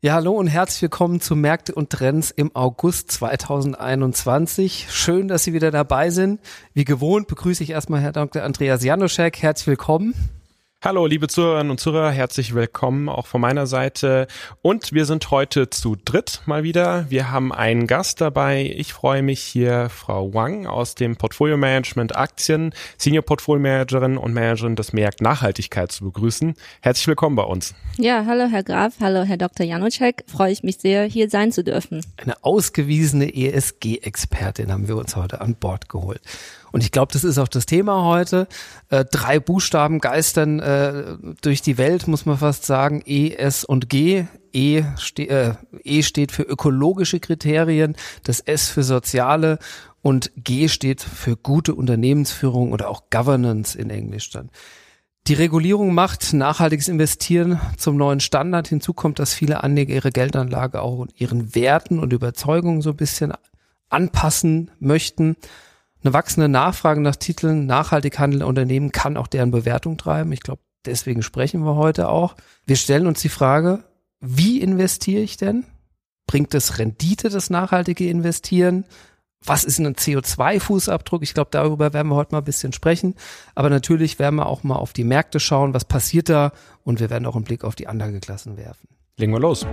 Ja, hallo und herzlich willkommen zu Märkte und Trends im August 2021. Schön, dass Sie wieder dabei sind. Wie gewohnt begrüße ich erstmal Herr Dr. Andreas Janoschek. Herzlich willkommen. Hallo, liebe Zuhörerinnen und Zuhörer, herzlich willkommen auch von meiner Seite. Und wir sind heute zu dritt mal wieder. Wir haben einen Gast dabei. Ich freue mich hier, Frau Wang aus dem Portfolio Management Aktien, Senior Portfolio Managerin und Managerin des MEAG Nachhaltigkeit zu begrüßen. Herzlich willkommen bei uns. Ja, hallo Herr Graf, hallo Herr Dr. Janoschek. Freue ich mich sehr, hier sein zu dürfen. Eine ausgewiesene ESG-Expertin haben wir uns heute an Bord geholt. Und ich glaube, das ist auch das Thema heute. 3 Buchstaben geistern durch die Welt, muss man fast sagen. E, S und G. E steht für ökologische Kriterien, das S für soziale und G steht für gute Unternehmensführung oder auch Governance in Englisch dann. Die Regulierung macht nachhaltiges Investieren zum neuen Standard. Hinzu kommt, dass viele Anleger ihre Geldanlage auch ihren Werten und Überzeugungen so ein bisschen anpassen möchten. Eine wachsende Nachfrage nach Titeln nachhaltig handelnde Unternehmen kann auch deren Bewertung treiben. Ich glaube, deswegen sprechen wir heute auch. Wir stellen uns die Frage, wie investiere ich denn? Bringt es Rendite, das nachhaltige Investieren? Was ist ein CO2-Fußabdruck? Ich glaube, darüber werden wir heute mal ein bisschen sprechen. Aber natürlich werden wir auch mal auf die Märkte schauen, was passiert da? Und wir werden auch einen Blick auf die Anlageklassen werfen. Legen wir los.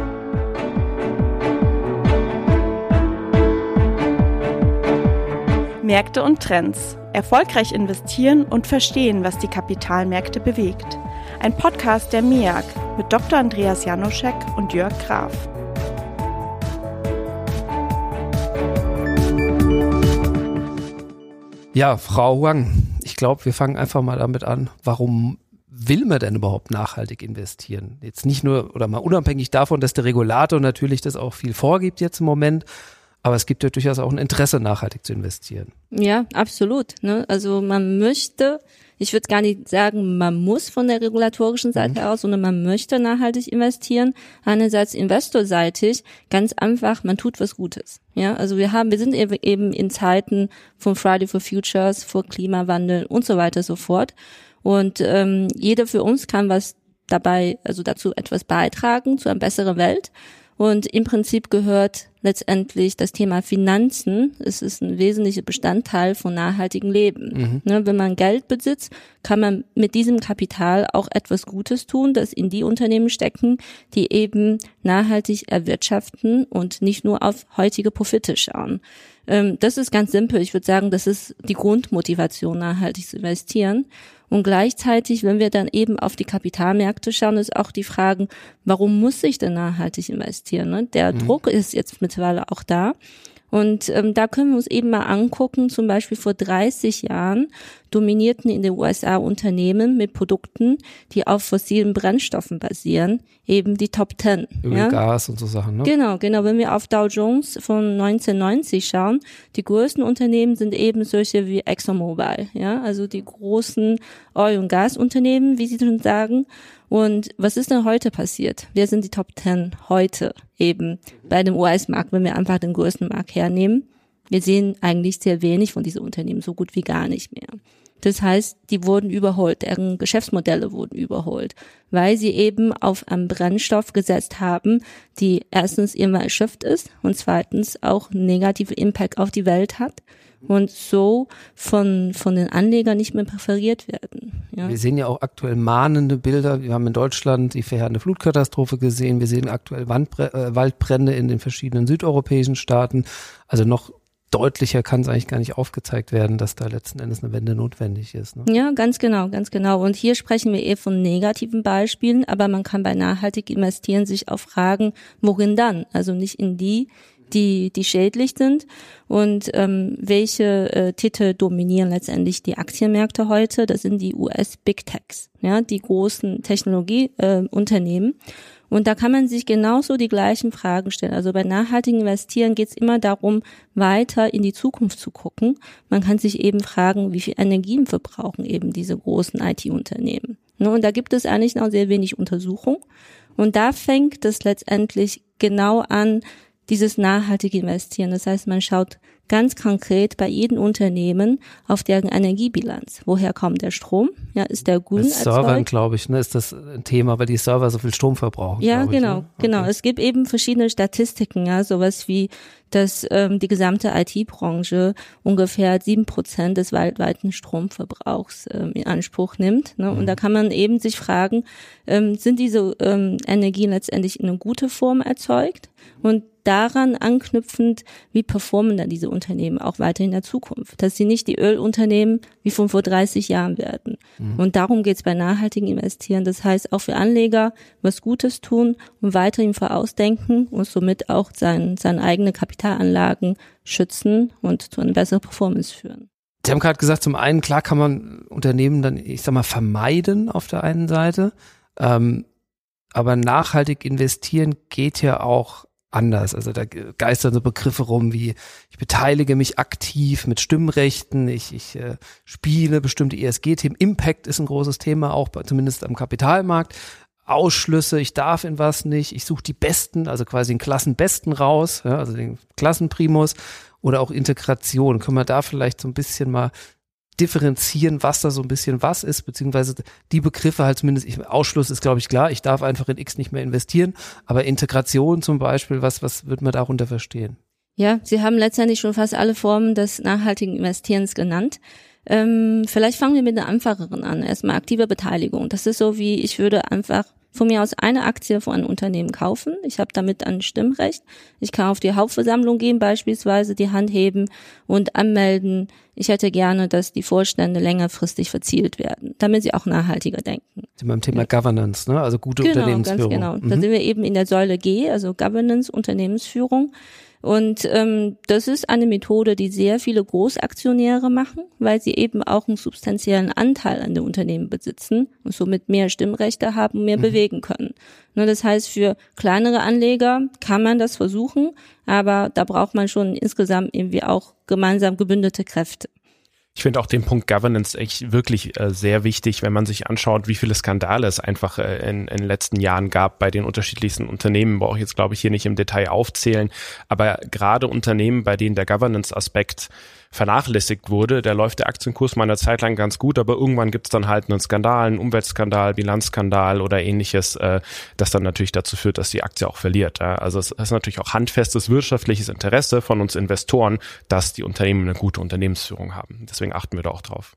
Märkte und Trends. Erfolgreich investieren und verstehen, was die Kapitalmärkte bewegt. Ein Podcast der MEAG mit Dr. Andreas Janoschek und Jörg Graf. Ja, Frau Wang, ich glaube, wir fangen einfach mal damit an. Warum will man denn überhaupt nachhaltig investieren? Jetzt nicht nur oder mal unabhängig davon, dass der Regulator natürlich das auch viel vorgibt jetzt im Moment. Aber es gibt ja durchaus auch ein Interesse, nachhaltig zu investieren. Ja, absolut. Ne? Also man möchte, ich würde gar nicht sagen, man muss von der regulatorischen Seite aus, sondern man möchte nachhaltig investieren. Einerseits investorseitig, ganz einfach, man tut was Gutes. Ja, also wir sind eben in Zeiten von Friday for Futures, vor Klimawandel und so weiter so fort. Und jeder für uns kann was dabei, also dazu etwas beitragen, zu einer besseren Welt. Und im Prinzip gehört letztendlich das Thema Finanzen. Es ist ein wesentlicher Bestandteil von nachhaltigem Leben. Ne, wenn man Geld besitzt, kann man mit diesem Kapital auch etwas Gutes tun, das in die Unternehmen stecken, die eben nachhaltig erwirtschaften und nicht nur auf heutige Profite schauen. Das ist ganz simpel. Ich würde sagen, das ist die Grundmotivation, nachhaltig zu investieren. Und gleichzeitig, wenn wir dann eben auf die Kapitalmärkte schauen, ist auch die Frage, warum muss ich denn nachhaltig investieren? Ne? Der Druck ist jetzt mittlerweile auch da. Und da können wir uns eben mal angucken, zum Beispiel vor 30 Jahren dominierten in den USA Unternehmen mit Produkten, die auf fossilen Brennstoffen basieren, eben die Top 10. Ölgas und so Sachen, ne? Genau. Wenn wir auf Dow Jones von 1990 schauen, die größten Unternehmen sind eben solche wie ExxonMobil, ja, also die großen Oil- und Gasunternehmen, wie Sie schon sagen. Und was ist denn heute passiert? Wer sind die Top 10 heute eben bei dem US-Markt, wenn wir einfach den größten Markt hernehmen? Wir sehen eigentlich sehr wenig von diesen Unternehmen, so gut wie gar nicht mehr. Das heißt, die wurden überholt, deren Geschäftsmodelle wurden überholt, weil sie eben auf einen Brennstoff gesetzt haben, die erstens immer erschöpft ist und zweitens auch einen negativen Impact auf die Welt hat und so von den Anlegern nicht mehr präferiert werden. Ja. Wir sehen ja auch aktuell mahnende Bilder. Wir haben in Deutschland die verheerende Flutkatastrophe gesehen. Wir sehen aktuell Waldbrände in den verschiedenen südeuropäischen Staaten. Also noch deutlicher kann es eigentlich gar nicht aufgezeigt werden, dass da letzten Endes eine Wende notwendig ist. Ne? Ja, ganz genau. Und hier sprechen wir eher von negativen Beispielen, aber man kann bei nachhaltig investieren sich auch fragen, worin dann? Also nicht in die schädlich sind und welche Titel dominieren letztendlich die Aktienmärkte heute? Das sind die US Big Techs, ja, die großen Technologieunternehmen. Und da kann man sich genauso die gleichen Fragen stellen. Also bei nachhaltigem Investieren geht es immer darum, weiter in die Zukunft zu gucken. Man kann sich eben fragen, wie viel Energien verbrauchen eben diese großen IT-Unternehmen. Und da gibt es eigentlich noch sehr wenig Untersuchung. Und da fängt es letztendlich genau an, dieses nachhaltige Investieren. Das heißt, man schaut ganz konkret bei jedem Unternehmen auf deren Energiebilanz. Woher kommt der Strom? Ja, ist der grün erzeugt? Bei Servern, glaube ich, ist das ein Thema, weil die Server so viel Strom verbrauchen. Ja, genau. Okay. Genau. Es gibt eben verschiedene Statistiken, ja, sowas wie, dass die gesamte IT-Branche ungefähr 7% des weltweiten Stromverbrauchs in Anspruch nimmt. Ne? Und da kann man eben sich fragen, sind diese Energien letztendlich in eine gute Form erzeugt? Und daran anknüpfend, wie performen dann diese Unternehmen auch weiter in der Zukunft, dass sie nicht die Ölunternehmen wie von vor 30 Jahren werden. Und darum geht's bei nachhaltigem Investieren. Das heißt, auch für Anleger was Gutes tun und weiterhin vorausdenken und somit auch seine eigenen Kapitalanlagen schützen und zu einer besseren Performance führen. Sie haben gerade gesagt, zum einen, klar kann man Unternehmen dann, ich sag mal, vermeiden auf der einen Seite, aber nachhaltig investieren geht ja auch anders. Also da geistern so Begriffe rum wie, ich beteilige mich aktiv mit Stimmrechten, ich spiele bestimmte ESG-Themen. Impact ist ein großes Thema, auch zumindest am Kapitalmarkt. Ausschlüsse, ich darf in was nicht, ich suche die Besten, also quasi den Klassenbesten raus, ja, also den Klassenprimus, oder auch Integration. Können wir da vielleicht so ein bisschen mal differenzieren, was da so ein bisschen was ist, beziehungsweise die Begriffe halt zumindest, Ausschluss ist, glaube ich, klar, ich darf einfach in X nicht mehr investieren, aber Integration zum Beispiel, was wird man darunter verstehen? Ja, Sie haben letztendlich schon fast alle Formen des nachhaltigen Investierens genannt. Vielleicht fangen wir mit einer einfacheren an. Erstmal aktive Beteiligung. Das ist so wie, ich würde einfach von mir aus eine Aktie von einem Unternehmen kaufen. Ich habe damit ein Stimmrecht. Ich kann auf die Hauptversammlung gehen, beispielsweise die Hand heben und anmelden. Ich hätte gerne, dass die Vorstände längerfristig verzielt werden, damit sie auch nachhaltiger denken. Beim Thema Governance, ne? Also gute Unternehmensführung. Ganz genau. Da sind wir eben in der Säule G, also Governance, Unternehmensführung. Und das ist eine Methode, die sehr viele Großaktionäre machen, weil sie eben auch einen substanziellen Anteil an den Unternehmen besitzen und somit mehr Stimmrechte haben und mehr bewegen können. Nur das heißt, für kleinere Anleger kann man das versuchen, aber da braucht man schon insgesamt irgendwie auch gemeinsam gebündelte Kräfte. Ich finde auch den Punkt Governance echt wirklich sehr wichtig, wenn man sich anschaut, wie viele Skandale es einfach in den letzten Jahren gab bei den unterschiedlichsten Unternehmen. Brauche ich jetzt, glaube ich, hier nicht im Detail aufzählen. Aber gerade Unternehmen, bei denen der Governance-Aspekt vernachlässigt wurde, da läuft der Aktienkurs mal eine Zeit lang ganz gut, aber irgendwann gibt es dann halt einen Skandal, einen Umweltskandal, Bilanzskandal oder ähnliches, das dann natürlich dazu führt, dass die Aktie auch verliert. Ja. Also es ist natürlich auch handfestes wirtschaftliches Interesse von uns Investoren, dass die Unternehmen eine gute Unternehmensführung haben. Deswegen achten wir da auch drauf.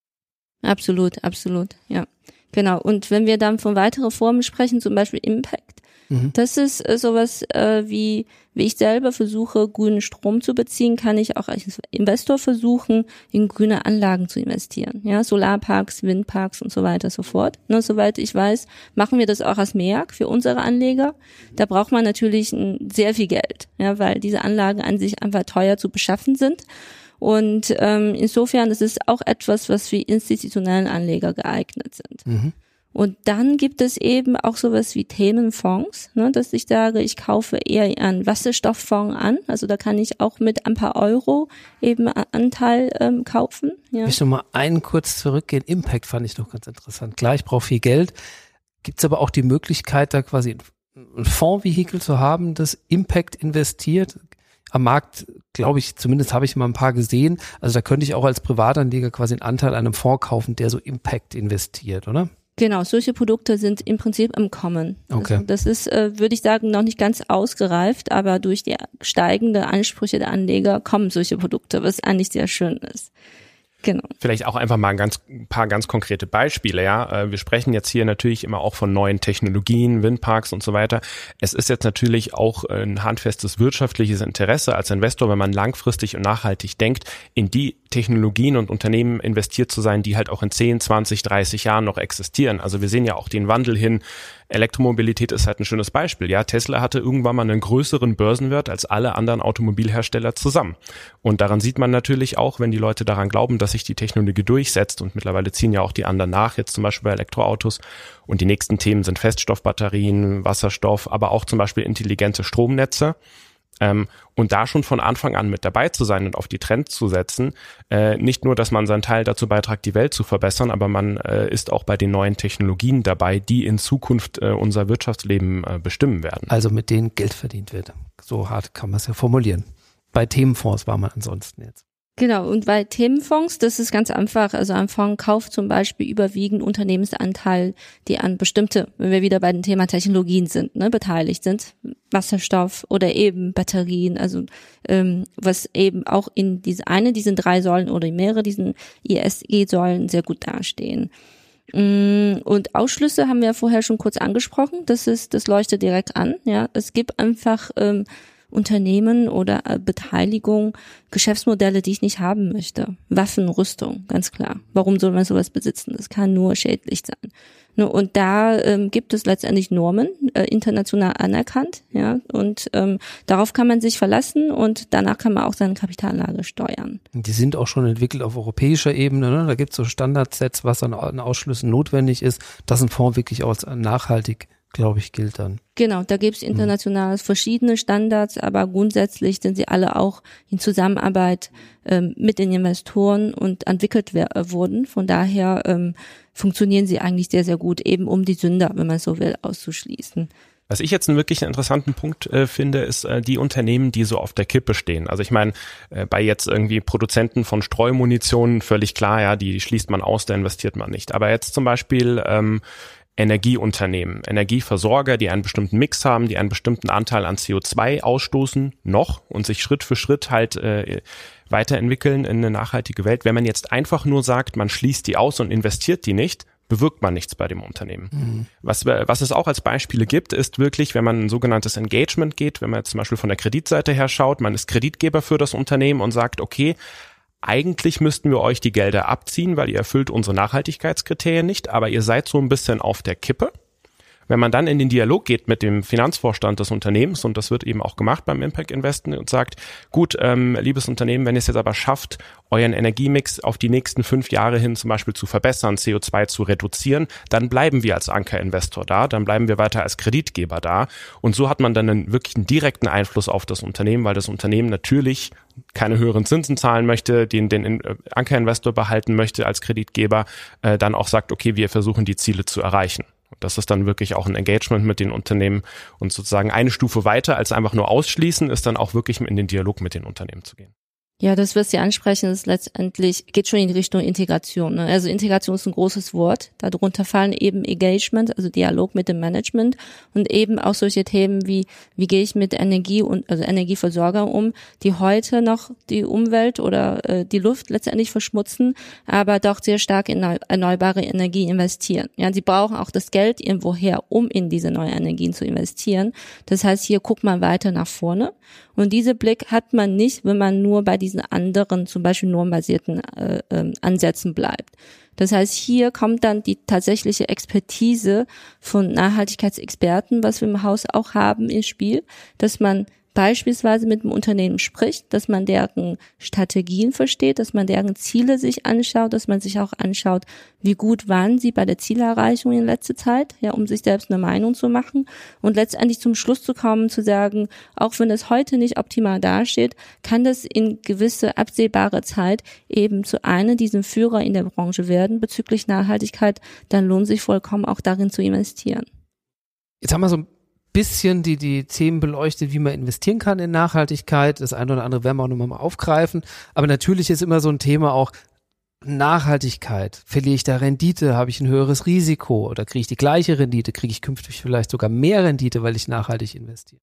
Absolut, ja. Genau. Und wenn wir dann von weiteren Formen sprechen, zum Beispiel Impact, das ist sowas wie ich selber versuche, grünen Strom zu beziehen, kann ich auch als Investor versuchen, in grüne Anlagen zu investieren. Ja, Solarparks, Windparks und so weiter und so fort. Ne, soweit ich weiß, machen wir das auch als MEAG für unsere Anleger. Da braucht man natürlich sehr viel Geld, ja, weil diese Anlagen an sich einfach teuer zu beschaffen sind. Und insofern ist es auch etwas, was für institutionellen Anleger geeignet sind. Und dann gibt es eben auch sowas wie Themenfonds, ne, dass ich sage, ich kaufe eher einen Wasserstofffonds an. Also da kann ich auch mit ein paar Euro eben Anteil kaufen. Ja. Ich möchte noch mal einen kurz zurückgehen. Impact fand ich noch ganz interessant. Klar, ich brauche viel Geld. Gibt es aber auch die Möglichkeit, da quasi ein Fondsvehikel zu haben, das Impact investiert? Am Markt, glaube ich, zumindest habe ich mal ein paar gesehen. Also da könnte ich auch als Privatanleger quasi einen Anteil an einem Fonds kaufen, der so Impact investiert, oder? Genau, solche Produkte sind im Prinzip im Kommen. Okay. Also das ist, würde ich sagen, noch nicht ganz ausgereift, aber durch die steigenden Ansprüche der Anleger kommen solche Produkte, was eigentlich sehr schön ist. Genau. Vielleicht auch einfach mal ein paar ganz konkrete Beispiele, ja. Wir sprechen jetzt hier natürlich immer auch von neuen Technologien, Windparks und so weiter. Es ist jetzt natürlich auch ein handfestes wirtschaftliches Interesse als Investor, wenn man langfristig und nachhaltig denkt, in die Technologien und Unternehmen investiert zu sein, die halt auch in 10, 20, 30 Jahren noch existieren. Also wir sehen ja auch den Wandel hin. Elektromobilität ist halt ein schönes Beispiel. Ja, Tesla hatte irgendwann mal einen größeren Börsenwert als alle anderen Automobilhersteller zusammen. Und daran sieht man natürlich auch, wenn die Leute daran glauben, dass sich die Technologie durchsetzt, und mittlerweile ziehen ja auch die anderen nach, jetzt zum Beispiel bei Elektroautos. Und die nächsten Themen sind Feststoffbatterien, Wasserstoff, aber auch zum Beispiel intelligente Stromnetze. Und da schon von Anfang an mit dabei zu sein und auf die Trends zu setzen, nicht nur, dass man seinen Teil dazu beiträgt, die Welt zu verbessern, aber man ist auch bei den neuen Technologien dabei, die in Zukunft unser Wirtschaftsleben bestimmen werden. Also mit denen Geld verdient wird. So hart kann man es ja formulieren. Bei Themenfonds war man ansonsten jetzt. Genau, und bei Themenfonds, das ist ganz einfach. Also ein Fonds kauft zum Beispiel überwiegend Unternehmensanteil, die an bestimmte, wenn wir wieder bei dem Thema Technologien sind, beteiligt sind, Wasserstoff oder eben Batterien, also was eben auch in diesen 3 Säulen oder mehrere diesen ESG-Säulen sehr gut dastehen. Und Ausschlüsse haben wir ja vorher schon kurz angesprochen. Das leuchtet direkt an. Ja, es gibt einfach Unternehmen oder Beteiligung, Geschäftsmodelle, die ich nicht haben möchte. Waffen, Rüstung, ganz klar. Warum soll man sowas besitzen? Das kann nur schädlich sein. Und da gibt es letztendlich Normen, international anerkannt, ja, und darauf kann man sich verlassen und danach kann man auch seine Kapitalanlage steuern. Die sind auch schon entwickelt auf europäischer Ebene, ne? Da gibt es so Standardsets, was an Ausschlüssen notwendig ist, dass ein Fonds wirklich als nachhaltig, glaube ich, gilt dann. Genau, da gibt es international verschiedene Standards, aber grundsätzlich sind sie alle auch in Zusammenarbeit mit den Investoren und entwickelt wurden. Von daher funktionieren sie eigentlich sehr, sehr gut, eben um die Sünder, wenn man so will, auszuschließen. Was ich jetzt einen wirklich interessanten Punkt finde, ist die Unternehmen, die so auf der Kippe stehen. Also ich meine, bei jetzt irgendwie Produzenten von Streumunition völlig klar, ja, die schließt man aus, da investiert man nicht. Aber jetzt zum Beispiel Energieunternehmen, Energieversorger, die einen bestimmten Mix haben, die einen bestimmten Anteil an CO2 ausstoßen noch und sich Schritt für Schritt halt weiterentwickeln in eine nachhaltige Welt. Wenn man jetzt einfach nur sagt, man schließt die aus und investiert die nicht, bewirkt man nichts bei dem Unternehmen. Mhm. Was es auch als Beispiele gibt, ist wirklich, wenn man ein sogenanntes Engagement geht, wenn man jetzt zum Beispiel von der Kreditseite her schaut, man ist Kreditgeber für das Unternehmen und sagt, okay, eigentlich müssten wir euch die Gelder abziehen, weil ihr erfüllt unsere Nachhaltigkeitskriterien nicht, aber ihr seid so ein bisschen auf der Kippe. Wenn man dann in den Dialog geht mit dem Finanzvorstand des Unternehmens, und das wird eben auch gemacht beim Impact Investen, und sagt, gut, liebes Unternehmen, wenn ihr es jetzt aber schafft, euren Energiemix auf die nächsten 5 Jahre hin zum Beispiel zu verbessern, CO2 zu reduzieren, dann bleiben wir als Ankerinvestor da, dann bleiben wir weiter als Kreditgeber da. Und so hat man dann wirklich einen direkten Einfluss auf das Unternehmen, weil das Unternehmen natürlich keine höheren Zinsen zahlen möchte, den Ankerinvestor behalten möchte als Kreditgeber, dann auch sagt, okay, wir versuchen die Ziele zu erreichen. Das ist dann wirklich auch ein Engagement mit den Unternehmen und sozusagen eine Stufe weiter als einfach nur ausschließen, ist dann auch wirklich in den Dialog mit den Unternehmen zu gehen. Ja, das, was Sie ansprechen, ist letztendlich, geht schon in Richtung Integration. Ne? Also Integration ist ein großes Wort. Darunter fallen eben Engagement, also Dialog mit dem Management und eben auch solche Themen wie gehe ich mit Energie und also Energieversorger um, die heute noch die Umwelt oder die Luft letztendlich verschmutzen, aber doch sehr stark in erneuerbare Energie investieren. Ja, sie brauchen auch das Geld irgendwoher, um in diese neuen Energien zu investieren. Das heißt, hier guckt man weiter nach vorne. Und diese Blick hat man nicht, wenn man nur bei diesen anderen, zum Beispiel normbasierten Ansätzen bleibt. Das heißt, hier kommt dann die tatsächliche Expertise von Nachhaltigkeitsexperten, was wir im Haus auch haben, ins Spiel, dass man beispielsweise mit dem Unternehmen spricht, dass man deren Strategien versteht, dass man deren Ziele sich anschaut, dass man sich auch anschaut, wie gut waren sie bei der Zielerreichung in letzter Zeit, ja, um sich selbst eine Meinung zu machen und letztendlich zum Schluss zu kommen, zu sagen, auch wenn es heute nicht optimal dasteht, kann das in gewisse absehbare Zeit eben zu einem dieser Führer in der Branche werden bezüglich Nachhaltigkeit, dann lohnt sich vollkommen auch darin zu investieren. Jetzt haben wir so ein bisschen die Themen beleuchtet, wie man investieren kann in Nachhaltigkeit. Das eine oder andere werden wir auch nochmal aufgreifen. Aber natürlich ist immer so ein Thema auch Nachhaltigkeit. Verliere ich da Rendite? Habe ich ein höheres Risiko? Oder kriege ich die gleiche Rendite? Kriege ich künftig vielleicht sogar mehr Rendite, weil ich nachhaltig investiere?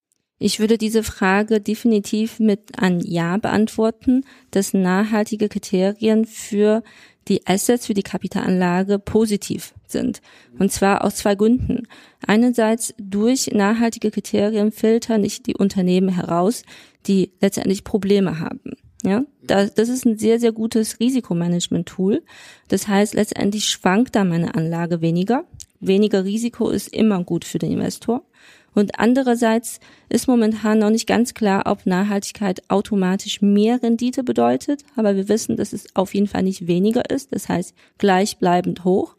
Ich würde diese Frage definitiv mit ein Ja beantworten, dass nachhaltige Kriterien für die Assets, für die Kapitalanlage positiv sind. Und zwar aus 2 Gründen. Einerseits durch nachhaltige Kriterien filtern nicht die Unternehmen heraus, die letztendlich Probleme haben. Ja, das ist ein sehr, sehr gutes Risikomanagement-Tool. Das heißt, letztendlich schwankt da meine Anlage weniger. Weniger Risiko ist immer gut für den Investor. Und andererseits ist momentan noch nicht ganz klar, ob Nachhaltigkeit automatisch mehr Rendite bedeutet. Aber wir wissen, dass es auf jeden Fall nicht weniger ist. Das heißt, gleichbleibend hoch.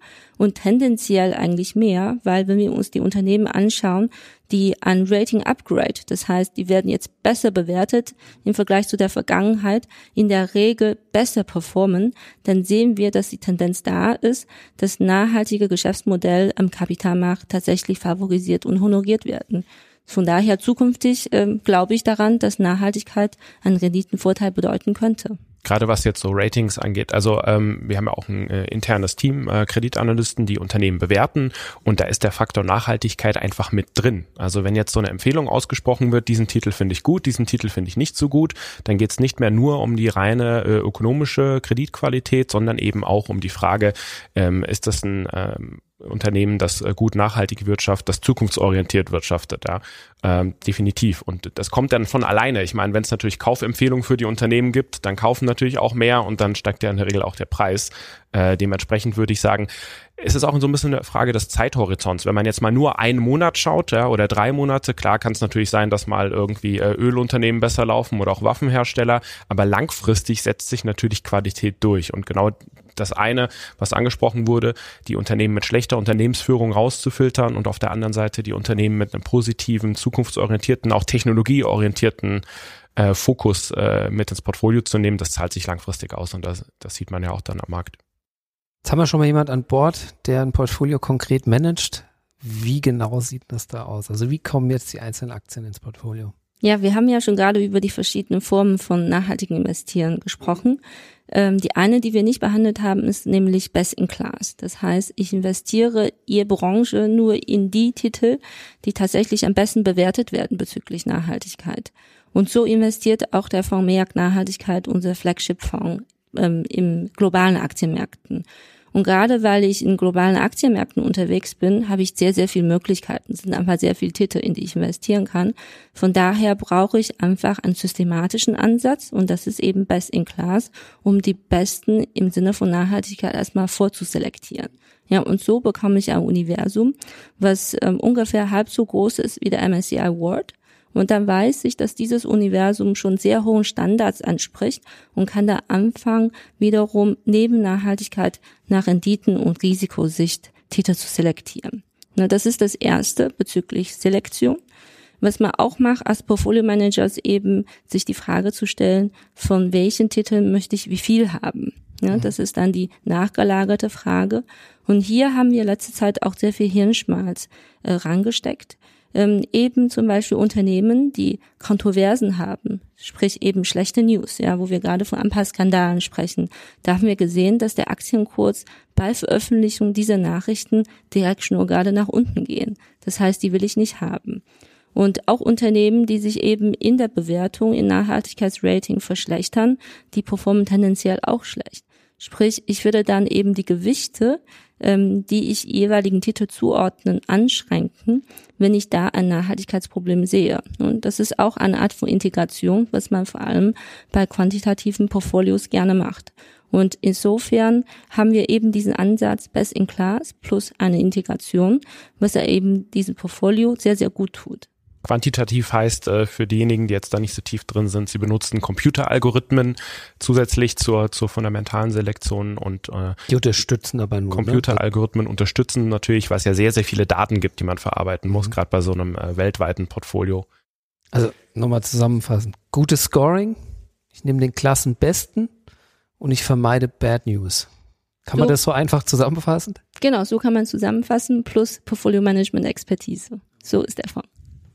und tendenziell eigentlich mehr, weil wenn wir uns die Unternehmen anschauen, die ein Rating Upgrade, das heißt, die werden jetzt besser bewertet im Vergleich zu der Vergangenheit, in der Regel besser performen, dann sehen wir, dass die Tendenz da ist, dass nachhaltige Geschäftsmodelle am Kapitalmarkt tatsächlich favorisiert und honoriert werden. Von daher zukünftig glaube ich daran, dass Nachhaltigkeit einen Renditenvorteil bedeuten könnte. Gerade was jetzt so Ratings angeht, also wir haben ja auch ein internes Team, Kreditanalysten, die Unternehmen bewerten und da ist der Faktor Nachhaltigkeit einfach mit drin. Also wenn jetzt so eine Empfehlung ausgesprochen wird, diesen Titel finde ich gut, diesen Titel finde ich nicht so gut, dann geht es nicht mehr nur um die reine ökonomische Kreditqualität, sondern eben auch um die Frage, ist das ein Unternehmen, das gut nachhaltig wirtschaftet, das zukunftsorientiert wirtschaftet, ja, definitiv. Und das kommt dann von alleine. Ich meine, wenn es natürlich Kaufempfehlungen für die Unternehmen gibt, dann kaufen natürlich auch mehr und dann steigt ja in der Regel auch der Preis. Dementsprechend würde ich sagen, es ist auch so ein bisschen eine Frage des Zeithorizonts. Wenn man jetzt mal nur einen Monat schaut, ja, oder 3 Monate, klar kann es natürlich sein, dass mal irgendwie Ölunternehmen besser laufen oder auch Waffenhersteller, aber langfristig setzt sich natürlich Qualität durch. Und genau das eine, was angesprochen wurde, die Unternehmen mit schlechter Unternehmensführung rauszufiltern und auf der anderen Seite die Unternehmen mit einem positiven, zukunftsorientierten, auch technologieorientierten Fokus mit ins Portfolio zu nehmen, das zahlt sich langfristig aus und das sieht man ja auch dann am Markt. Jetzt haben wir schon mal jemand an Bord, der ein Portfolio konkret managt. Wie genau sieht das da aus? Also wie kommen jetzt die einzelnen Aktien ins Portfolio? Ja, wir haben ja schon gerade über die verschiedenen Formen von nachhaltigem Investieren gesprochen. Die eine, die wir nicht behandelt haben, ist nämlich Best in Class. Das heißt, ich investiere je Branche nur in die Titel, die tatsächlich am besten bewertet werden bezüglich Nachhaltigkeit. Und so investiert auch der Fonds MEAG Nachhaltigkeit, unser Flagship-Fonds, im globalen Aktienmärkten. Und gerade weil ich in globalen Aktienmärkten unterwegs bin, habe ich sehr, sehr viele Möglichkeiten. Es sind einfach sehr viele Titel, in die ich investieren kann. Von daher brauche ich einfach einen systematischen Ansatz und das ist eben Best in Class, um die besten im Sinne von Nachhaltigkeit erstmal vorzuselektieren. Ja, und so bekomme ich ein Universum, was ungefähr halb so groß ist wie der MSCI World. Und dann weiß ich, dass dieses Universum schon sehr hohen Standards anspricht und kann da anfangen, wiederum neben Nachhaltigkeit nach Renditen und Risikosicht Titel zu selektieren. Na, das ist das Erste bezüglich Selektion. Was man auch macht als Portfolio-Manager ist eben, sich die Frage zu stellen, von welchen Titeln möchte ich wie viel haben. Ja, das ist dann die nachgelagerte Frage. Und hier haben wir letzte Zeit auch sehr viel Hirnschmalz rangesteckt. Eben zum Beispiel Unternehmen, die Kontroversen haben, sprich eben schlechte News, ja, wo wir gerade von ein paar Skandalen sprechen. Da haben wir gesehen, dass der Aktienkurs bei Veröffentlichung dieser Nachrichten direkt schnurgerade nach unten gehen. Das heißt, die will ich nicht haben. Und auch Unternehmen, die sich eben in der Bewertung, in Nachhaltigkeitsrating verschlechtern, die performen tendenziell auch schlecht. Sprich, ich würde dann eben die Gewichte, die ich jeweiligen Titel zuordnen, anschränken, wenn ich da ein Nachhaltigkeitsproblem sehe. Und das ist auch eine Art von Integration, was man vor allem bei quantitativen Portfolios gerne macht. Und insofern haben wir eben diesen Ansatz Best in Class plus eine Integration, was er eben diesem Portfolio sehr, sehr gut tut. Quantitativ heißt für diejenigen, die jetzt da nicht so tief drin sind, sie benutzen Computeralgorithmen zusätzlich zur fundamentalen Selektion und die unterstützen aber nur. Computeralgorithmen unterstützen natürlich, weil es ja sehr, sehr viele Daten gibt, die man verarbeiten muss, gerade bei so einem weltweiten Portfolio. Also nochmal zusammenfassend. Gutes Scoring, ich nehme den Klassenbesten und ich vermeide Bad News. Kann man das so einfach zusammenfassen? Genau, so kann man zusammenfassen, plus Portfolio-Management-Expertise. So ist der Fonds.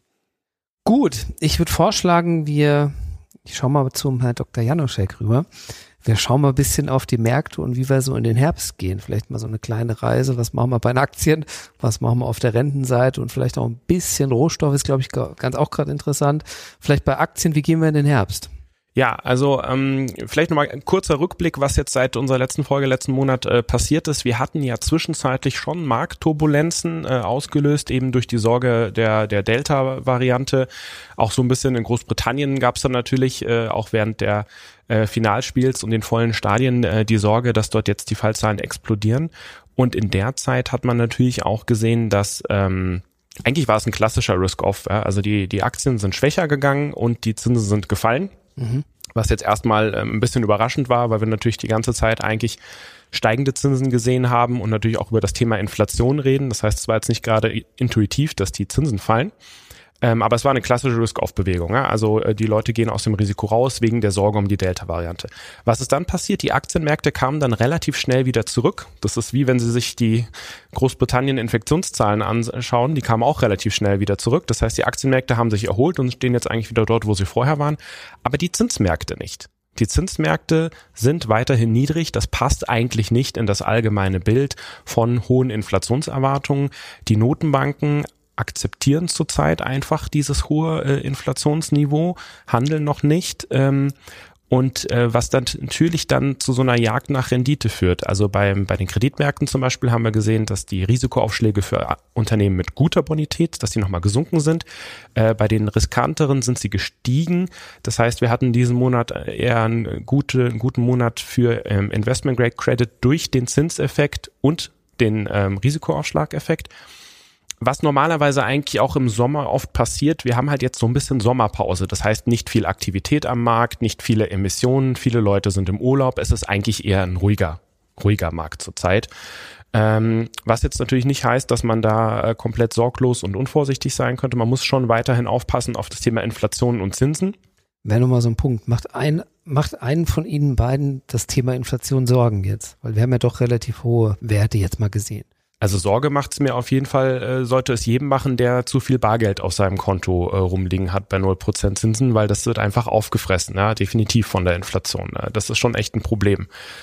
Gut, ich würde vorschlagen, ich schaue mal zum Herrn Dr. Janoschek rüber. Wir schauen mal ein bisschen auf die Märkte und wie wir so in den Herbst gehen. Vielleicht mal so eine kleine Reise. Was machen wir bei den Aktien? Was machen wir auf der Rentenseite? Und vielleicht auch ein bisschen Rohstoff ist, glaube ich, ganz auch gerade interessant. Vielleicht bei Aktien, wie gehen wir in den Herbst? Ja, also vielleicht nochmal ein kurzer Rückblick, was jetzt seit unserer letzten Folge, letzten Monat passiert ist. Wir hatten ja zwischenzeitlich schon Marktturbulenzen ausgelöst, eben durch die Sorge der Delta-Variante. Auch so ein bisschen in Großbritannien gab es dann natürlich auch während der Finalspiels und den vollen Stadien die Sorge, dass dort jetzt die Fallzahlen explodieren. Und in der Zeit hat man natürlich auch gesehen, dass eigentlich war es ein klassischer Risk-Off. Ja? Also die Aktien sind schwächer gegangen und die Zinsen sind gefallen. Was jetzt erstmal ein bisschen überraschend war, weil wir natürlich die ganze Zeit eigentlich steigende Zinsen gesehen haben und natürlich auch über das Thema Inflation reden. Das heißt, es war jetzt nicht gerade intuitiv, dass die Zinsen fallen. Aber es war eine klassische Risk-Off-Bewegung. Ja? Also die Leute gehen aus dem Risiko raus wegen der Sorge um die Delta-Variante. Was ist dann passiert? Die Aktienmärkte kamen dann relativ schnell wieder zurück. Das ist wie wenn Sie sich die Großbritannien-Infektionszahlen anschauen. Die kamen auch relativ schnell wieder zurück. Das heißt, die Aktienmärkte haben sich erholt und stehen jetzt eigentlich wieder dort, wo sie vorher waren. Aber die Zinsmärkte nicht. Die Zinsmärkte sind weiterhin niedrig. Das passt eigentlich nicht in das allgemeine Bild von hohen Inflationserwartungen. Die Notenbanken akzeptieren zurzeit einfach dieses hohe Inflationsniveau, handeln noch nicht was dann natürlich dann zu so einer Jagd nach Rendite führt. Also bei den Kreditmärkten zum Beispiel haben wir gesehen, dass die Risikoaufschläge für Unternehmen mit guter Bonität, dass die nochmal gesunken sind. Bei den riskanteren sind sie gestiegen. Das heißt, wir hatten diesen Monat eher einen guten Monat für Investment Grade Credit durch den Zinseffekt und den Risikoaufschlageffekt. Was normalerweise eigentlich auch im Sommer oft passiert, wir haben halt jetzt so ein bisschen Sommerpause. Das heißt, nicht viel Aktivität am Markt, nicht viele Emissionen, viele Leute sind im Urlaub. Es ist eigentlich eher ein ruhiger Markt zurzeit. Was jetzt natürlich nicht heißt, dass man da komplett sorglos und unvorsichtig sein könnte. Man muss schon weiterhin aufpassen auf das Thema Inflation und Zinsen. Wäre nochmal so ein Punkt. Macht einen von Ihnen beiden das Thema Inflation Sorgen jetzt? Weil wir haben ja doch relativ hohe Werte jetzt mal gesehen. Also Sorge macht's mir auf jeden Fall, sollte es jedem machen, der zu viel Bargeld auf seinem Konto rumliegen hat bei 0% Zinsen, weil das wird einfach aufgefressen, ja, definitiv von der Inflation. Das ist schon echt ein Problem.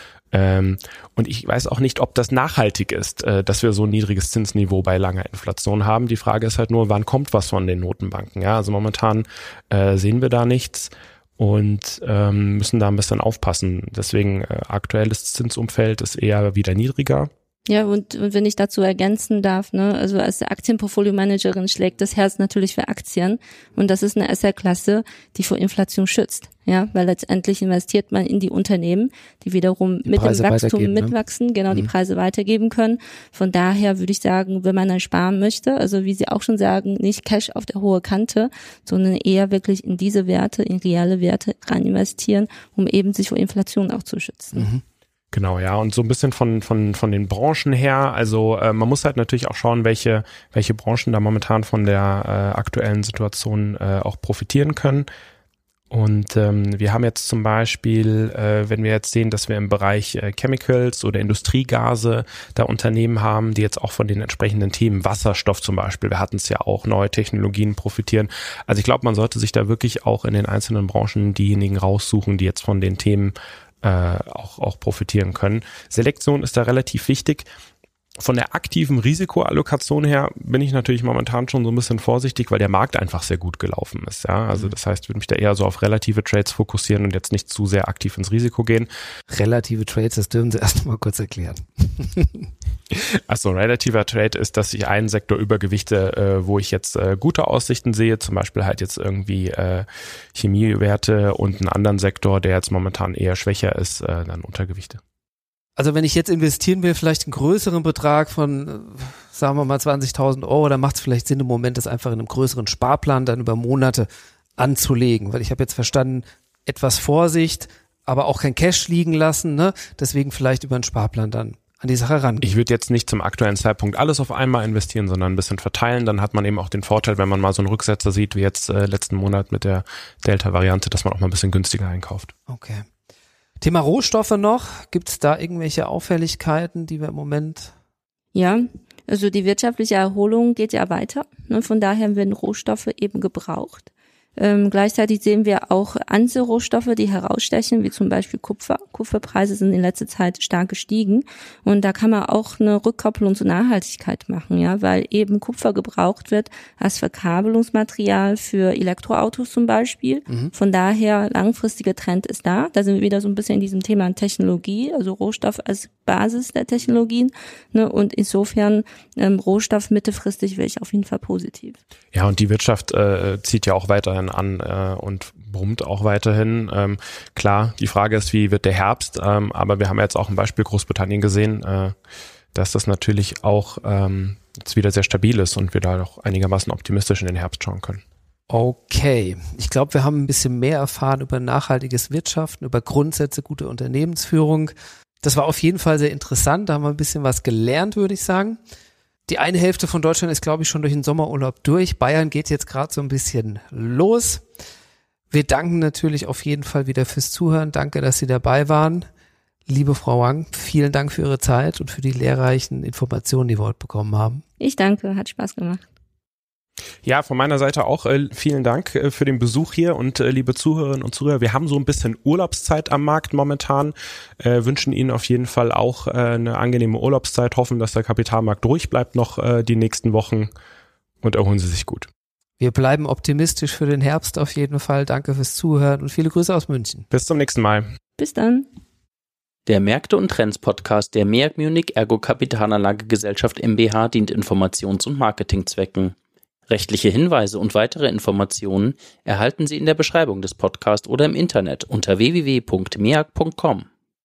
Und ich weiß auch nicht, ob das nachhaltig ist, dass wir so ein niedriges Zinsniveau bei langer Inflation haben. Die Frage ist halt nur, wann kommt was von den Notenbanken? Ja, also momentan sehen wir da nichts und müssen da ein bisschen aufpassen. Deswegen aktuelles Zinsumfeld ist eher wieder niedriger. Ja, und wenn ich dazu ergänzen darf, ne, also als Aktienportfolio-Managerin schlägt das Herz natürlich für Aktien und das ist eine Asset-Klasse, die vor Inflation schützt, ja, weil letztendlich investiert man in die Unternehmen, die wiederum mit dem Wachstum mitwachsen, genau, die Preise weitergeben können. Von daher würde ich sagen, wenn man dann sparen möchte, also wie Sie auch schon sagen, nicht Cash auf der hohen Kante, sondern eher wirklich in diese Werte, in reale Werte rein investieren, um eben sich vor Inflation auch zu schützen. Mhm. Genau, ja, und so ein bisschen von den Branchen her, also man muss halt natürlich auch schauen, welche Branchen da momentan von der aktuellen Situation auch profitieren können. Und wir haben jetzt zum Beispiel, wenn wir jetzt sehen, dass wir im Bereich Chemicals oder Industriegase da Unternehmen haben, die jetzt auch von den entsprechenden Themen, Wasserstoff zum Beispiel, wir hatten es ja auch, neue Technologien profitieren. Also ich glaube, man sollte sich da wirklich auch in den einzelnen Branchen diejenigen raussuchen, die jetzt von den Themen auch profitieren können. Selektion ist da relativ wichtig. Von der aktiven Risikoallokation her bin ich natürlich momentan schon so ein bisschen vorsichtig, weil der Markt einfach sehr gut gelaufen ist. Ja, also das heißt, ich würde mich da eher so auf relative Trades fokussieren und jetzt nicht zu sehr aktiv ins Risiko gehen. Relative Trades, das dürfen Sie erst mal kurz erklären. Also ein relativer Trade ist, dass ich einen Sektor übergewichte, wo ich jetzt gute Aussichten sehe, zum Beispiel halt jetzt irgendwie Chemiewerte und einen anderen Sektor, der jetzt momentan eher schwächer ist, dann untergewichte. Also wenn ich jetzt investieren will, vielleicht einen größeren Betrag von, sagen wir mal 20.000 Euro, dann macht es vielleicht Sinn, im Moment das einfach in einem größeren Sparplan dann über Monate anzulegen. Weil ich habe jetzt verstanden, etwas Vorsicht, aber auch kein Cash liegen lassen, ne? Deswegen vielleicht über einen Sparplan dann an die Sache rangehen. Ich würde jetzt nicht zum aktuellen Zeitpunkt alles auf einmal investieren, sondern ein bisschen verteilen. Dann hat man eben auch den Vorteil, wenn man mal so einen Rücksetzer sieht, wie jetzt letzten Monat mit der Delta-Variante, dass man auch mal ein bisschen günstiger einkauft. Okay. Thema Rohstoffe noch. Gibt es da irgendwelche Auffälligkeiten, die wir im Moment... Ja, also die wirtschaftliche Erholung geht ja weiter. Ne? Von daher werden Rohstoffe eben gebraucht. Gleichzeitig sehen wir auch Einzelrohstoffe, die herausstechen, wie zum Beispiel Kupfer. Kupferpreise sind in letzter Zeit stark gestiegen und da kann man auch eine Rückkopplung zur Nachhaltigkeit machen, ja, weil eben Kupfer gebraucht wird als Verkabelungsmaterial für Elektroautos zum Beispiel. Von daher langfristiger Trend ist da. Da sind wir wieder so ein bisschen in diesem Thema Technologie, also Rohstoff als Basis der Technologien, ne, und insofern Rohstoff mittelfristig wäre ich auf jeden Fall positiv. Ja, und die Wirtschaft zieht ja auch weiterhin an und brummt auch weiterhin. Klar, die Frage ist, wie wird der Herbst? Aber wir haben jetzt auch ein Beispiel Großbritannien gesehen, dass das natürlich auch jetzt wieder sehr stabil ist und wir da auch einigermaßen optimistisch in den Herbst schauen können. Okay, ich glaube, wir haben ein bisschen mehr erfahren über nachhaltiges Wirtschaften, über Grundsätze guter Unternehmensführung. Das war auf jeden Fall sehr interessant, da haben wir ein bisschen was gelernt, würde ich sagen. Die eine Hälfte von Deutschland ist, glaube ich, schon durch den Sommerurlaub durch. Bayern geht jetzt gerade so ein bisschen los. Wir danken natürlich auf jeden Fall wieder fürs Zuhören. Danke, dass Sie dabei waren. Liebe Frau Wang, vielen Dank für Ihre Zeit und für die lehrreichen Informationen, die wir heute bekommen haben. Ich danke, hat Spaß gemacht. Ja, von meiner Seite auch vielen Dank für den Besuch hier und liebe Zuhörerinnen und Zuhörer, wir haben so ein bisschen Urlaubszeit am Markt momentan, wünschen Ihnen auf jeden Fall auch eine angenehme Urlaubszeit, hoffen, dass der Kapitalmarkt ruhig bleibt noch die nächsten Wochen und erholen Sie sich gut. Wir bleiben optimistisch für den Herbst auf jeden Fall. Danke fürs Zuhören und viele Grüße aus München. Bis zum nächsten Mal. Bis dann. Der Märkte und Trends Podcast der MEAG Munich Ergo Kapitalanlagegesellschaft mbH dient Informations- und Marketingzwecken. Rechtliche Hinweise und weitere Informationen erhalten Sie in der Beschreibung des Podcasts oder im Internet unter www.meag.com.